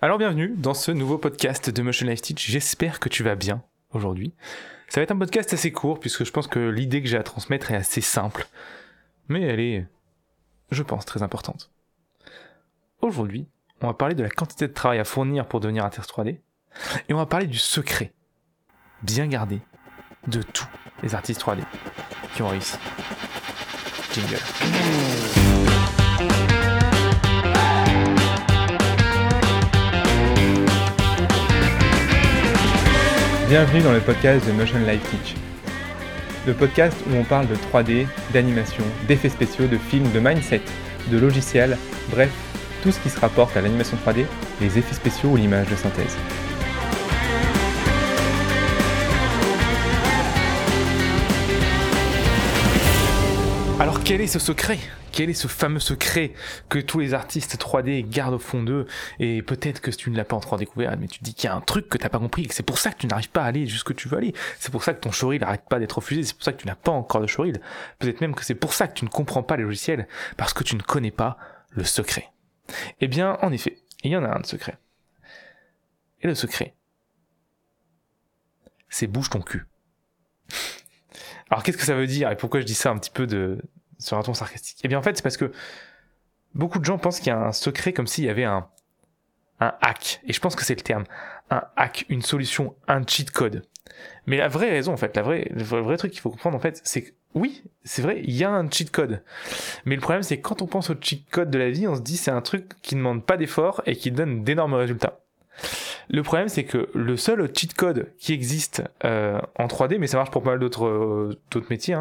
Alors bienvenue dans ce nouveau podcast de Motion Life Teach, j'espère que tu vas bien aujourd'hui. Ça va être un podcast assez court puisque je pense que l'idée que j'ai à transmettre est assez simple, mais elle est, je pense, très importante. Aujourd'hui, on va parler de la quantité de travail à fournir pour devenir artiste 3D, et on va parler du secret, bien gardé, de tous les artistes 3D qui ont réussi. Jingle. Bienvenue dans le podcast de Motion Life Teach. Le podcast où on parle de 3D, d'animation, d'effets spéciaux, de films, de mindset, de logiciels, bref, tout ce qui se rapporte à l'animation 3D, les effets spéciaux ou l'image de synthèse. Alors quel est ce secret ? Quel est ce fameux secret que tous les artistes 3D gardent au fond d'eux ? Et peut-être que tu ne l'as pas encore découvert, mais tu te dis qu'il y a un truc que tu n'as pas compris, et que c'est pour ça que tu n'arrives pas à aller jusqu'où tu veux aller. C'est pour ça que ton showreel n'arrête pas d'être refusé, c'est pour ça que tu n'as pas encore de showreel. Peut-être même que c'est pour ça que tu ne comprends pas les logiciels, parce que tu ne connais pas le secret. Eh bien, en effet, il y en a un de secret. Et le secret, c'est bouge ton cul. Alors qu'est-ce que ça veut dire et pourquoi je dis ça un petit peu sur un ton sarcastique ? Eh bien en fait c'est parce que beaucoup de gens pensent qu'il y a un secret comme s'il y avait un hack, et je pense que c'est le terme, un hack, une solution, un cheat code. Mais la vraie raison en fait, le vrai truc qu'il faut comprendre en fait, c'est que oui, c'est vrai, il y a un cheat code. Mais le problème c'est que quand on pense au cheat code de la vie, on se dit c'est un truc qui ne demande pas d'effort et qui donne d'énormes résultats. Le problème, c'est que le seul cheat code qui existe en 3D, mais ça marche pour pas mal d'autres métiers,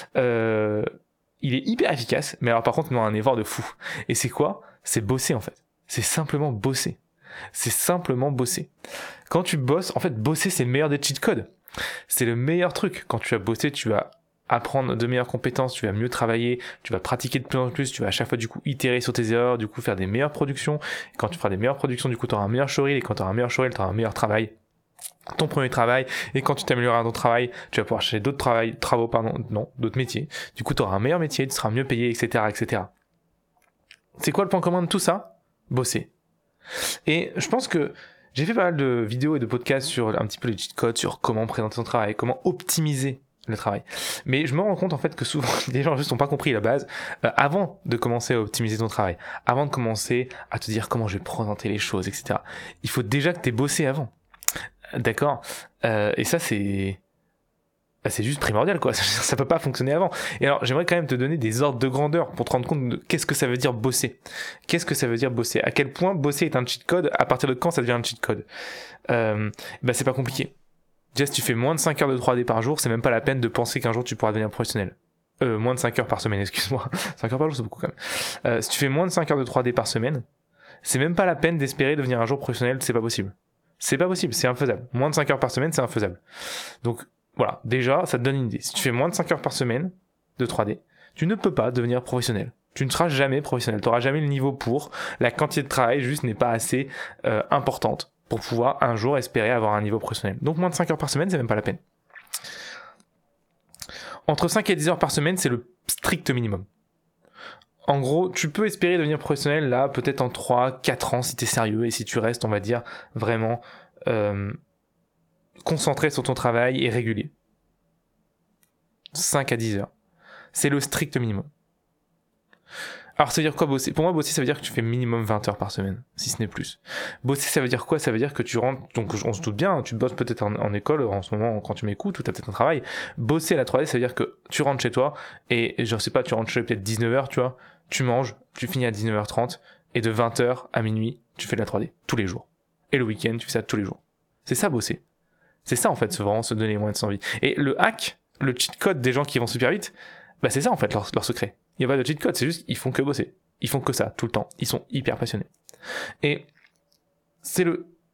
il est hyper efficace, mais alors par contre, il demande un effort de fou. Et c'est quoi ? C'est bosser en fait. C'est simplement bosser. C'est simplement bosser. Quand tu bosses, en fait, bosser, c'est le meilleur des cheat codes. C'est le meilleur truc. Quand tu vas bosser, tu vas apprendre de meilleures compétences, tu vas mieux travailler, tu vas pratiquer de plus en plus, tu vas à chaque fois du coup itérer sur tes erreurs, du coup faire des meilleures productions. Et quand tu feras des meilleures productions, du coup tu auras un meilleur showreel, et quand tu auras un meilleur showreel, tu auras un meilleur travail. Ton premier travail, et quand tu t'amélioreras dans ton travail, tu vas pouvoir chercher d'autres métiers. Du coup tu auras un meilleur métier, tu seras mieux payé, etc., etc. C'est quoi le point commun de tout ça ? Bosser. Et je pense que j'ai fait pas mal de vidéos et de podcasts sur un petit peu les cheat codes, sur comment présenter son travail, comment optimiser le travail. Mais je me rends compte en fait que souvent les gens juste n'ont pas compris la base. Avant de commencer à optimiser ton travail, avant de commencer à te dire comment je vais présenter les choses, etc., il faut déjà que tu aies bossé avant. D'accord ? Et ça c'est juste primordial quoi, ça peut pas fonctionner avant. Et alors j'aimerais quand même te donner des ordres de grandeur pour te rendre compte de qu'est-ce que ça veut dire bosser. Qu'est-ce que ça veut dire bosser ? À quel point bosser est un cheat code ? À partir de quand ça devient un cheat code ? C'est pas compliqué. Déjà, si tu fais moins de 5 heures de 3D par jour, c'est même pas la peine de penser qu'un jour tu pourras devenir professionnel. Moins de 5 heures par semaine, excuse-moi. 5 heures par jour, c'est beaucoup quand même. Si tu fais moins de 5 heures de 3D par semaine, c'est même pas la peine d'espérer devenir un jour professionnel, c'est pas possible. C'est pas possible, c'est infaisable. Moins de 5 heures par semaine, c'est infaisable. Donc, voilà. Déjà, ça te donne une idée. Si tu fais moins de 5 heures par semaine de 3D, tu ne peux pas devenir professionnel. Tu ne seras jamais professionnel. Tu n'auras jamais le niveau pour. La quantité de travail, juste, n'est pas assez importante pour pouvoir un jour espérer avoir un niveau professionnel. Donc moins de 5 heures par semaine, c'est même pas la peine. Entre 5 et 10 heures par semaine, c'est le strict minimum. En gros, tu peux espérer devenir professionnel là, peut-être en 3-4 ans si t'es sérieux et si tu restes, on va dire, vraiment concentré sur ton travail et régulier. 5 à 10 heures. C'est le strict minimum. Alors ça veut dire quoi bosser ? Pour moi bosser ça veut dire que tu fais minimum 20 heures par semaine, si ce n'est plus. Bosser ça veut dire quoi ? Ça veut dire que tu rentres, donc on se doute bien, tu bosses peut-être en école en ce moment quand tu m'écoutes, ou tu as peut-être un travail. Bosser à la 3D ça veut dire que tu rentres chez toi, et je sais pas, tu rentres chez peut-être 19h, tu vois, tu manges, tu finis à 19h30, et de 20h à minuit, tu fais de la 3D, tous les jours. Et le week-end, tu fais ça tous les jours. C'est ça bosser. C'est ça en fait, c'est vraiment se donner les moyens de s'envie. Et le hack, le cheat code des gens qui vont super vite, c'est ça en fait leur secret. Il n'y a pas de cheat code, c'est juste ils font que bosser. Ils font que ça tout le temps. Ils sont hyper passionnés. Et c'est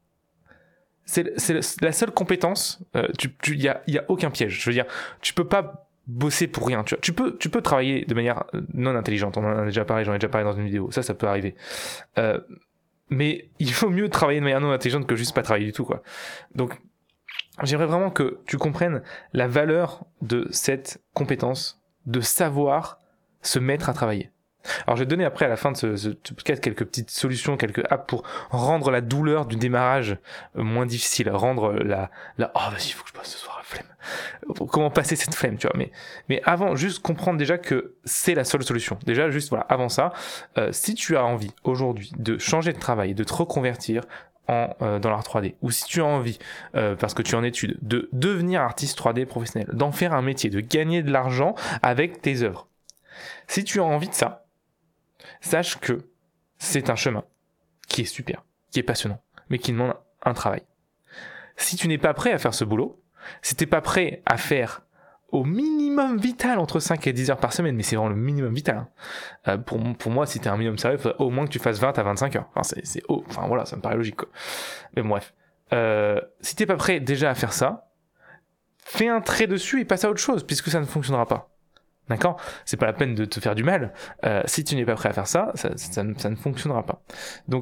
la seule compétence. Il y a aucun piège. Je veux dire, tu peux pas bosser pour rien. Tu peux travailler de manière non intelligente. On en a déjà parlé. J'en ai déjà parlé dans une vidéo. Ça peut arriver. Mais il vaut mieux travailler de manière non intelligente que juste pas travailler du tout, quoi. Donc, j'aimerais vraiment que tu comprennes la valeur de cette compétence, de savoir se mettre à travailler. Alors je vais te donner après à la fin de ce podcast quelques petites solutions, quelques apps pour rendre la douleur du démarrage moins difficile, rendre la oh vas-y, il faut que je passe ce soir la flemme. Comment passer cette flemme, tu vois. Mais avant, juste comprendre déjà que c'est la seule solution. Déjà, juste voilà, avant ça, si tu as envie aujourd'hui de changer de travail, de te reconvertir dans l'art 3D, ou si tu as envie, parce que tu es en études, de devenir artiste 3D professionnel, d'en faire un métier, de gagner de l'argent avec tes œuvres. Si tu as envie de ça, sache que c'est un chemin qui est super, qui est passionnant, mais qui demande un travail. Si tu n'es pas prêt à faire ce boulot, si tu n'es pas prêt à faire au minimum vital entre 5 et 10 heures par semaine, mais c'est vraiment le minimum vital. Pour moi, si tu es un minimum sérieux, il faudrait au moins que tu fasses 20 à 25 heures. Enfin voilà, ça me paraît logique, quoi. Mais bon, bref. Si tu n'es pas prêt déjà à faire ça, fais un trait dessus et passe à autre chose, puisque ça ne fonctionnera pas. D'accord ? C'est pas la peine de te faire du mal. Si tu n'es pas prêt à faire ça, ça ne fonctionnera pas. Donc,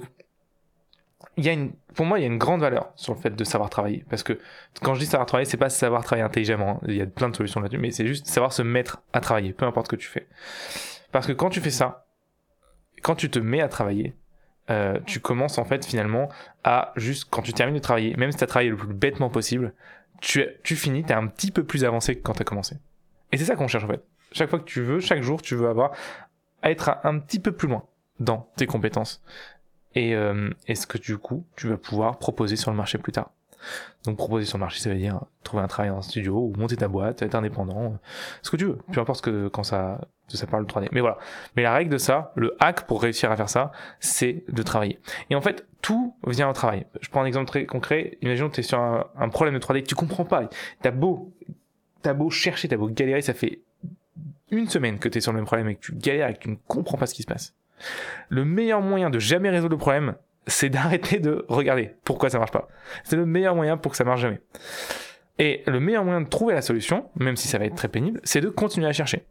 pour moi, il y a une grande valeur sur le fait de savoir travailler. Parce que quand je dis savoir travailler, c'est pas savoir travailler intelligemment. Il y a plein de solutions là-dessus, mais c'est juste savoir se mettre à travailler, peu importe ce que tu fais. Parce que quand tu fais ça, quand tu te mets à travailler, tu commences en fait finalement à juste, quand tu termines de travailler, même si tu as travaillé le plus bêtement possible, tu finis, tu es un petit peu plus avancé que quand tu as commencé. Et c'est ça qu'on cherche en fait. Chaque fois que tu veux, chaque jour, tu veux être un petit peu plus loin dans tes compétences. Et ce que du coup, tu vas pouvoir proposer sur le marché plus tard. Donc proposer sur le marché, ça veut dire trouver un travail dans un studio ou monter ta boîte, être indépendant, ce que tu veux, peu importe quand ça parle de 3D. Mais voilà. Mais la règle de ça, le hack pour réussir à faire ça, c'est de travailler. Et en fait, tout vient au travail. Je prends un exemple très concret. Imaginons que tu es sur un problème de 3D que tu comprends pas. T'as beau chercher, t'as beau galérer, ça fait une semaine que tu es sur le même problème et que tu galères et que tu ne comprends pas ce qui se passe. Le meilleur moyen de jamais résoudre le problème, c'est d'arrêter de regarder pourquoi ça marche pas. C'est le meilleur moyen pour que ça marche jamais. Et le meilleur moyen de trouver la solution, même si ça va être très pénible, c'est de continuer à chercher.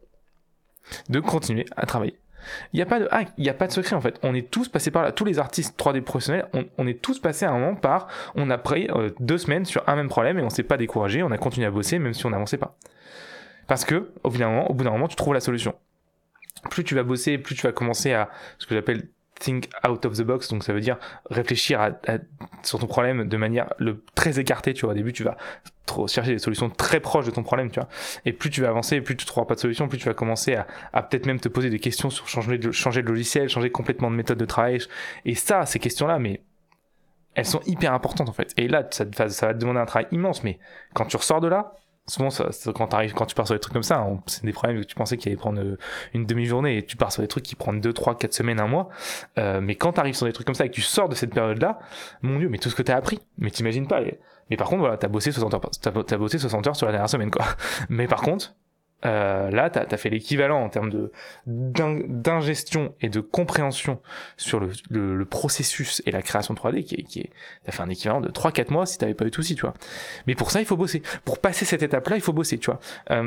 De continuer à travailler. Il n'y a pas de hack, il n'y a pas de secret en fait. On est tous passés par là. Tous les artistes 3D professionnels, on est tous passés à un moment on a pris 2 semaines sur un même problème et on s'est pas découragé, on a continué à bosser même si on n'avançait pas. Parce que, au bout d'un moment, tu trouves la solution. Plus tu vas bosser, plus tu vas commencer à ce que j'appelle think out of the box, donc ça veut dire réfléchir sur ton problème de manière très écartée, tu vois. Au début, tu vas chercher des solutions très proches de ton problème, tu vois. Et plus tu vas avancer, plus tu trouveras pas de solution, plus tu vas commencer à peut-être même te poser des questions sur changer de logiciel, changer complètement de méthode de travail. Et ça, ces questions-là, mais elles sont hyper importantes en fait. Et là, ça va te demander un travail immense, mais quand tu ressors de là, souvent, quand tu pars sur des trucs comme ça, c'est des problèmes que tu pensais qu'ils allaient prendre une demi-journée et tu pars sur des trucs qui prennent 2, 3, 4 semaines, un mois. Mais quand tu arrives sur des trucs comme ça et que tu sors de cette période-là, mon Dieu, mais tout ce que tu as appris, mais t'imagines pas. Mais par contre, voilà, t'as bossé 60 heures sur la dernière semaine, quoi. Mais par contre, là, t'as fait l'équivalent en termes d'ingestion et de compréhension sur le processus et la création 3D t'as fait un équivalent de 3-4 mois si t'avais pas eu de soucis, tu vois. Mais pour ça, il faut bosser. Pour passer cette étape-là, il faut bosser, tu vois.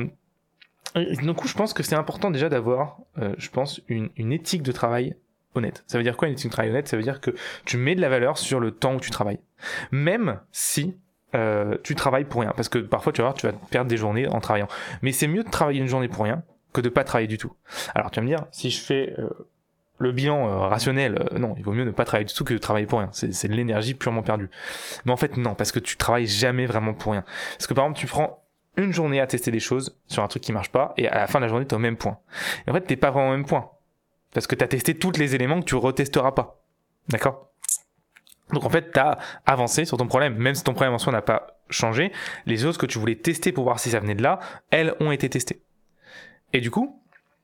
Du coup, je pense que c'est important déjà d'avoir, une éthique de travail honnête. Ça veut dire quoi une éthique de travail honnête ? Ça veut dire que tu mets de la valeur sur le temps où tu travailles. Même si tu travailles pour rien, parce que parfois tu vas perdre des journées en travaillant, mais c'est mieux de travailler une journée pour rien que de pas travailler du tout. Alors tu vas me dire, si je fais le bilan rationnel, non, il vaut mieux ne pas travailler du tout que de travailler pour rien, c'est de l'énergie purement perdue. Mais en fait non, parce que tu travailles jamais vraiment pour rien, parce que par exemple tu prends une journée à tester des choses sur un truc qui marche pas et à la fin de la journée t'es au même point, et en fait t'es pas vraiment au même point parce que t'as testé tous les éléments que tu retesteras pas, d'accord ? Donc en fait, t'as avancé sur ton problème, même si ton problème en soi n'a pas changé, les autres que tu voulais tester pour voir si ça venait de là, elles ont été testées. Et du coup,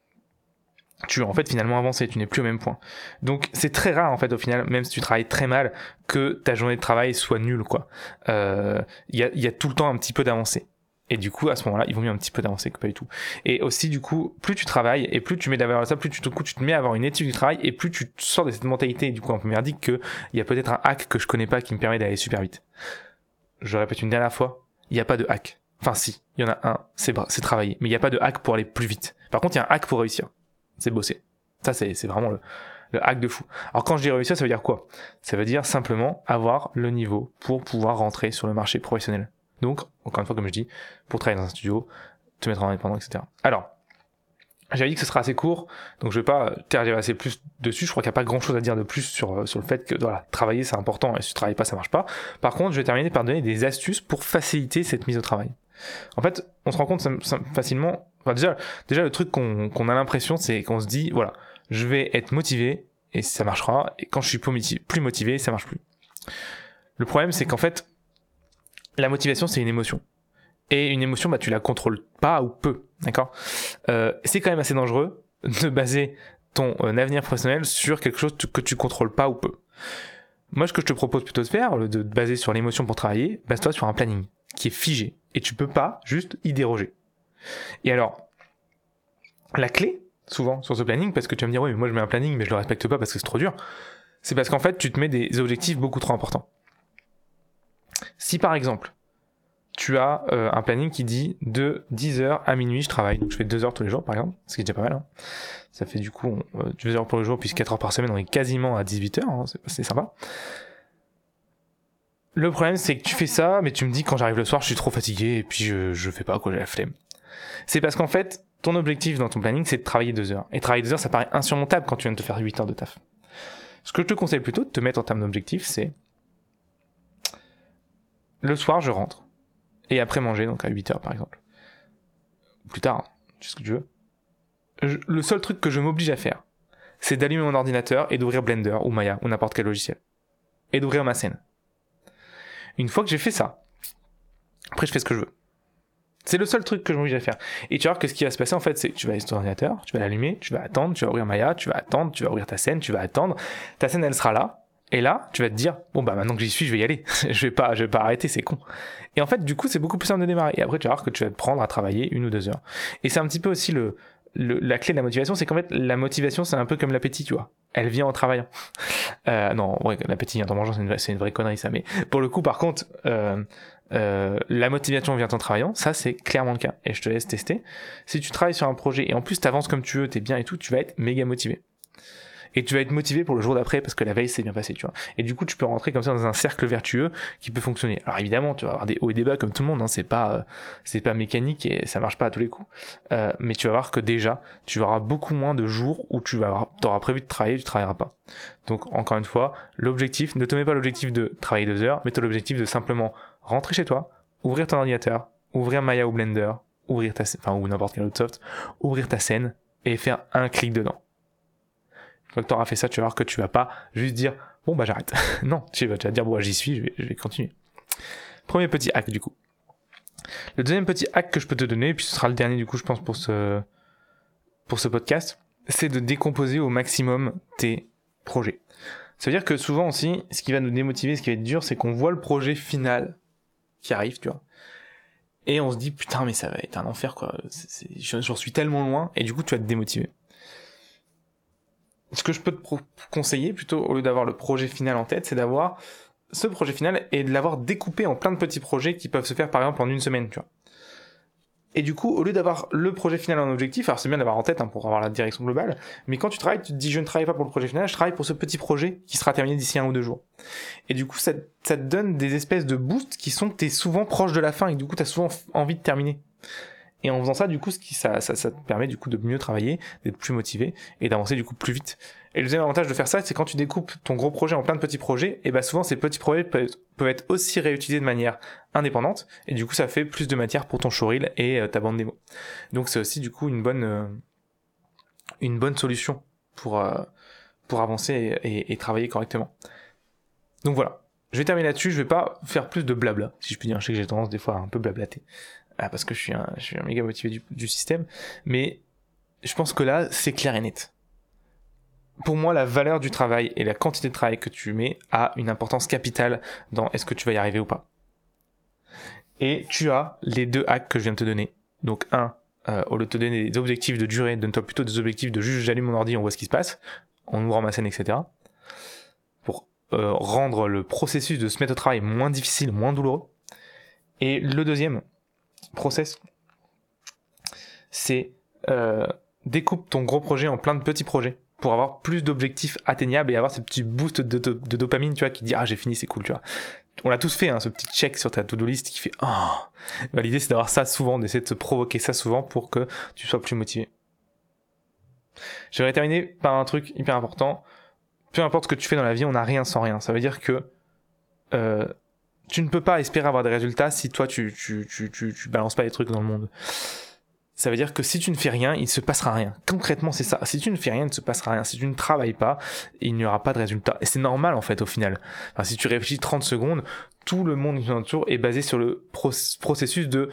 tu as en fait finalement avancé, tu n'es plus au même point. Donc c'est très rare en fait au final, même si tu travailles très mal, que ta journée de travail soit nulle, quoi. Il y a tout le temps un petit peu d'avancée. Et du coup, à ce moment-là, il vaut mieux un petit peu d'avancer que pas du tout. Et aussi, du coup, plus tu travailles et plus tu mets de la valeur à ça, plus tu te mets à avoir une éthique du travail et plus tu sors de cette mentalité, du coup, un peu merdique, qu'il y a peut-être un hack que je connais pas qui me permet d'aller super vite. Je répète une dernière fois, il n'y a pas de hack. Enfin, si, il y en a un, c'est travailler. Mais il n'y a pas de hack pour aller plus vite. Par contre, il y a un hack pour réussir. C'est bosser. Ça, c'est vraiment le hack de fou. Alors, quand je dis réussir, ça veut dire quoi ? Ça veut dire simplement avoir le niveau pour pouvoir rentrer sur le marché professionnel. Donc, encore une fois, comme je dis, pour travailler dans un studio, te mettre en indépendant, etc. Alors, J'avais dit que ce sera assez court, donc je vais pas tergiverser plus dessus. Je crois qu'il n'y a pas grand chose à dire de plus sur le fait que voilà, travailler c'est important et si tu travailles pas ça marche pas. Par contre, je vais terminer par donner des astuces pour faciliter cette mise au travail. En fait, on se rend compte facilement. Enfin, déjà le truc qu'on a l'impression, c'est qu'on se dit voilà, je vais être motivé et ça marchera. Et quand je suis plus motivé, ça marche plus. Le problème, c'est qu'en fait, la motivation, c'est une émotion. Et une émotion, bah, tu la contrôles pas ou peu, d'accord ? C'est quand même assez dangereux de baser ton avenir professionnel sur quelque chose que tu contrôles pas ou peu. Moi, ce que je te propose plutôt de faire, de baser sur l'émotion pour travailler, base-toi sur un planning qui est figé. Et tu peux pas juste y déroger. Et alors, la clé, souvent, sur ce planning, parce que tu vas me dire, oui, mais moi je mets un planning, mais je le respecte pas parce que c'est trop dur, c'est parce qu'en fait, tu te mets des objectifs beaucoup trop importants. Si par exemple, tu as un planning qui dit de 10h à minuit je travaille, donc je fais 2 heures tous les jours par exemple, ce qui est déjà pas mal, hein. Ça fait du coup 2 heures pour le jour, puis 4 heures par semaine, on est quasiment à 18h, hein, c'est sympa. Le problème c'est que tu fais ça, mais tu me dis quand j'arrive le soir je suis trop fatigué, et puis je fais pas, quoi, j'ai la flemme. C'est parce qu'en fait, ton objectif dans ton planning c'est de travailler 2 heures, et travailler 2 heures ça paraît insurmontable quand tu viens de te faire 8 heures de taf. Ce que je te conseille plutôt de te mettre en termes d'objectif, c'est le soir je rentre, et après manger, donc à 8h par exemple. Plus tard, tu sais ce que tu veux. Le seul truc que je m'oblige à faire, c'est d'allumer mon ordinateur et d'ouvrir Blender ou Maya ou n'importe quel logiciel. Et d'ouvrir ma scène. Une fois que j'ai fait ça, après je fais ce que je veux. C'est le seul truc que je m'oblige à faire. Et tu vas voir que ce qui va se passer en fait, c'est que tu vas aller sur ton ordinateur, tu vas l'allumer, tu vas attendre, tu vas ouvrir Maya, tu vas attendre, tu vas ouvrir ta scène, tu vas attendre. Ta scène elle sera là. Et là, tu vas te dire, bon bah maintenant que j'y suis, je vais y aller. je vais pas arrêter, c'est con. Et en fait, du coup, c'est beaucoup plus simple de démarrer. Et après, tu vas voir que tu vas te prendre à travailler 1 ou 2 heures. Et c'est un petit peu aussi la clé de la motivation, c'est qu'en fait, la motivation, c'est un peu comme l'appétit, tu vois. Elle vient en travaillant. Non, ouais, l'appétit en mangeant, c'est une vraie connerie, ça. Mais pour le coup, par contre, la motivation vient en travaillant, ça, c'est clairement le cas. Et je te laisse tester. Si tu travailles sur un projet et en plus t'avances comme tu veux, t'es bien et tout, tu vas être méga motivé. Et tu vas être motivé pour le jour d'après parce que la veille s'est bien passé, tu vois. Et du coup, tu peux rentrer comme ça dans un cercle vertueux qui peut fonctionner. Alors évidemment, tu vas avoir des hauts et des bas comme tout le monde, hein. C'est pas mécanique et ça marche pas à tous les coups. Mais tu vas voir que déjà, tu auras beaucoup moins de jours où t'auras prévu de travailler, tu travailleras pas. Donc encore une fois, l'objectif, ne te mets pas l'objectif de travailler 2 heures, mets-toi l'objectif de simplement rentrer chez toi, ouvrir ton ordinateur, ouvrir Maya ou Blender, ouvrir ou n'importe quel autre soft, ouvrir ta scène et faire un clic dedans. Une fois que tu auras fait ça, tu vas voir que tu vas pas juste dire bon bah j'arrête. Non, tu vas dire bon bah, j'y suis, je vais continuer. Premier petit hack du coup. Le deuxième petit hack que je peux te donner, et puis ce sera le dernier du coup je pense pour ce podcast, c'est de décomposer au maximum tes projets. Ça veut dire que souvent aussi, ce qui va nous démotiver, ce qui va être dur, c'est qu'on voit le projet final qui arrive, tu vois. Et on se dit putain mais ça va être un enfer quoi, j'en suis tellement loin, et du coup tu vas te démotiver. Ce que je peux te conseiller, plutôt, au lieu d'avoir le projet final en tête, c'est d'avoir ce projet final et de l'avoir découpé en plein de petits projets qui peuvent se faire par exemple en 1 semaine, tu vois. Et du coup, au lieu d'avoir le projet final en objectif, alors c'est bien d'avoir en tête, hein, pour avoir la direction globale, mais quand tu travailles, tu te dis je ne travaille pas pour le projet final, je travaille pour ce petit projet qui sera terminé d'ici 1 ou 2 jours. Et du coup, ça te donne des espèces de boosts qui sont que t'es souvent proche de la fin et du coup t'as souvent envie de terminer. Et en faisant ça, du coup, ça te permet du coup de mieux travailler, d'être plus motivé et d'avancer du coup plus vite. Et le deuxième avantage de faire ça, c'est quand tu découpes ton gros projet en plein de petits projets, et bah souvent ces petits projets peuvent être aussi réutilisés de manière indépendante, et du coup ça fait plus de matière pour ton showreel et ta bande démo. Donc c'est aussi du coup une bonne solution pour avancer et travailler correctement. Donc voilà. Je vais terminer là-dessus, je vais pas faire plus de blabla, si je puis dire. Je sais que j'ai tendance des fois à un peu blablater. Parce que je suis un méga motivé du système, mais je pense que là, c'est clair et net. Pour moi, la valeur du travail et la quantité de travail que tu mets a une importance capitale dans est-ce que tu vas y arriver ou pas. Et tu as les 2 hacks que je viens de te donner. Donc au lieu de te donner des objectifs de durée, donne-toi plutôt des objectifs de juste j'allume mon ordi, on voit ce qui se passe, en ouvrant ma scène, etc. Pour rendre le processus de se mettre au travail moins difficile, moins douloureux. Et le deuxième process, c'est découpe ton gros projet en plein de petits projets pour avoir plus d'objectifs atteignables et avoir ce petit boost de dopamine, tu vois, qui dit ah j'ai fini, c'est cool, tu vois. On l'a tous fait, hein, ce petit check sur ta to-do list qui fait bah, l'idée c'est d'avoir ça souvent, d'essayer de te provoquer ça souvent pour que tu sois plus motivé. Je vais terminer par un truc hyper important. Peu importe ce que tu fais dans la vie, on n'a rien sans rien. Ça veut dire que tu ne peux pas espérer avoir des résultats si toi tu balances pas les trucs dans le monde. Ça veut dire que si tu ne fais rien, il ne se passera rien. Concrètement, c'est ça. Si tu ne fais rien, il ne se passera rien. Si tu ne travailles pas, il n'y aura pas de résultat. Et c'est normal, en fait, au final. Enfin, si tu réfléchis 30 secondes, tout le monde qui nous entoure est basé sur le processus de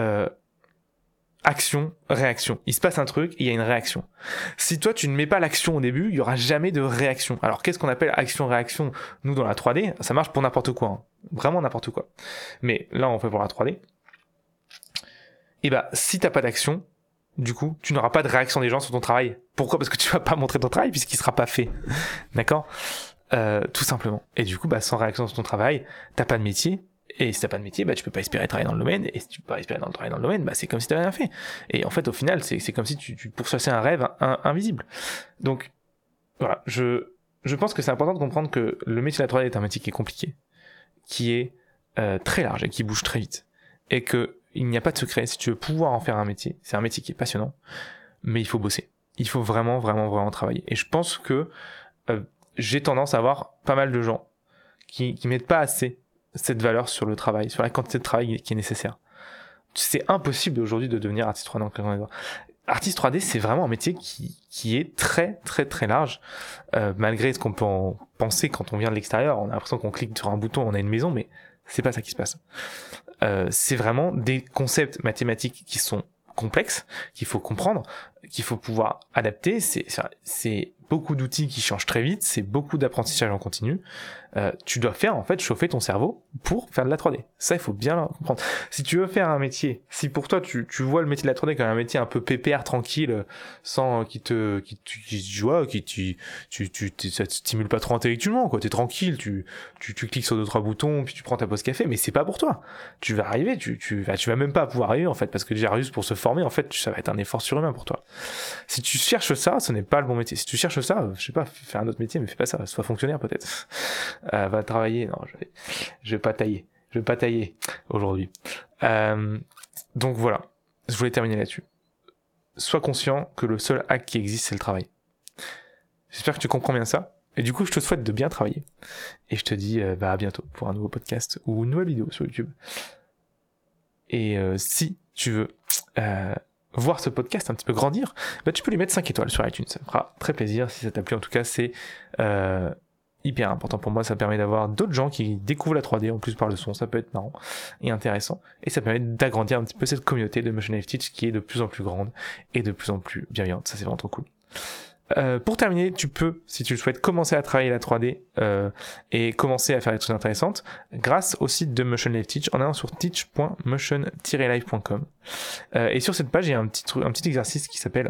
action, réaction. Il se passe un truc, il y a une réaction. Si toi, tu ne mets pas l'action au début, il n'y aura jamais de réaction. Alors, qu'est-ce qu'on appelle action-réaction? Nous, dans la 3D, ça marche pour n'importe quoi. Hein. Vraiment n'importe quoi. Mais là, on fait pour la 3D. Et bah, si t'as pas d'action, du coup, tu n'auras pas de réaction des gens sur ton travail. Pourquoi? Parce que tu vas pas montrer ton travail puisqu'il sera pas fait. D'accord? Tout simplement. Et du coup, bah, sans réaction sur ton travail, t'as pas de métier. Et si t'as pas de métier, bah, tu peux pas espérer travailler dans le domaine. Et si tu peux pas espérer travailler dans le domaine, bah, c'est comme si t'avais rien fait. Et en fait, au final, c'est comme si tu pourchassais un rêve invisible. Donc, voilà. Je pense que c'est important de comprendre que le métier de la 3D est un métier qui est compliqué, qui est très large et qui bouge très vite. Et que il n'y a pas de secret. Si tu veux pouvoir en faire un métier, c'est un métier qui est passionnant, mais il faut bosser. Il faut vraiment, vraiment, vraiment travailler. Et je pense que j'ai tendance à voir pas mal de gens qui mettent pas assez cette valeur sur le travail, sur la quantité de travail qui est nécessaire. C'est impossible aujourd'hui de devenir artiste 3D en claquant les doigts. Artiste 3D, c'est vraiment un métier qui est très, très, très large, malgré ce qu'on peut en penser quand on vient de l'extérieur. On a l'impression qu'on clique sur un bouton, on a une maison, mais c'est pas ça qui se passe. C'est vraiment des concepts mathématiques qui sont complexes, qu'il faut comprendre, qu'il faut pouvoir adapter. C'est beaucoup d'outils qui changent très vite, c'est beaucoup d'apprentissage en continu. Tu dois faire en fait chauffer ton cerveau pour faire de la 3D. Ça, il faut bien le comprendre. Si tu veux faire un métier, si pour toi tu vois le métier de la 3D comme un métier un peu pépère, tranquille, sans ça te stimule pas trop intellectuellement, quoi. T'es tranquille, tu cliques sur 2-3 boutons, puis tu prends ta pause café, mais c'est pas pour toi. Tu vas arriver, tu vas même pas pouvoir arriver en fait, parce que déjà juste pour se former, en fait, ça va être un effort surhumain pour toi. Si tu cherches ça, ce n'est pas le bon métier. Si tu cherches ça, je sais pas, fais un autre métier, mais fais pas ça, sois fonctionnaire peut-être. Va travailler, non, je vais pas tailler aujourd'hui. Donc voilà, je voulais terminer là-dessus. Sois conscient que le seul hack qui existe, c'est le travail. J'espère que tu comprends bien ça. Et du coup, je te souhaite de bien travailler. Et je te dis à bientôt pour un nouveau podcast ou une nouvelle vidéo sur YouTube. Et si tu veux voir ce podcast un petit peu grandir, bah, tu peux lui mettre 5 étoiles sur iTunes. Ça me fera très plaisir. Si ça t'a plu, en tout cas, c'est hyper important pour moi. Ça permet d'avoir d'autres gens qui découvrent la 3D en plus par le son. Ça peut être marrant et intéressant. Et ça permet d'agrandir un petit peu cette communauté de Motion Life Teach qui est de plus en plus grande et de plus en plus bienveillante. Ça, c'est vraiment trop cool. Pour terminer, tu peux, si tu le souhaites, commencer à travailler la 3D et commencer à faire des trucs intéressantes grâce au site de Motion Life Teach en allant sur teach.motion-life.com. Et sur cette page, il y a un petit exercice qui s'appelle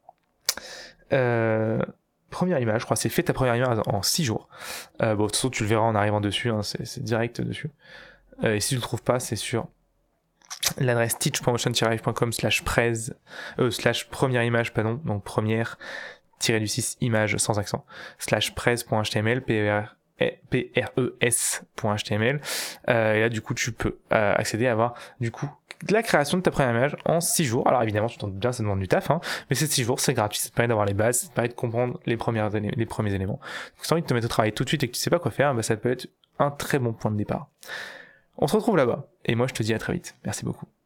première image, je crois, c'est fait ta première image en 6 jours. Bon, de toute façon, tu le verras en arrivant dessus, hein, c'est direct dessus. Et si tu le trouves pas, c'est sur l'adresse teach.motion-life.com/prez /première image, pardon, donc première du 6 image sans accent /prez.html pres.html et là du coup tu peux accéder à avoir du coup la création de ta première image en 6 jours. Alors évidemment tu t'en doutes bien, ça demande du taf, hein, mais c'est 6 jours, c'est gratuit, ça te permet d'avoir les bases, ça te permet de comprendre les premiers éléments. Donc si t'as envie de te mettre au travail tout de suite et que tu sais pas quoi faire, bah, ça peut être un très bon point de départ. On se retrouve là-bas et moi je te dis à très vite. Merci beaucoup.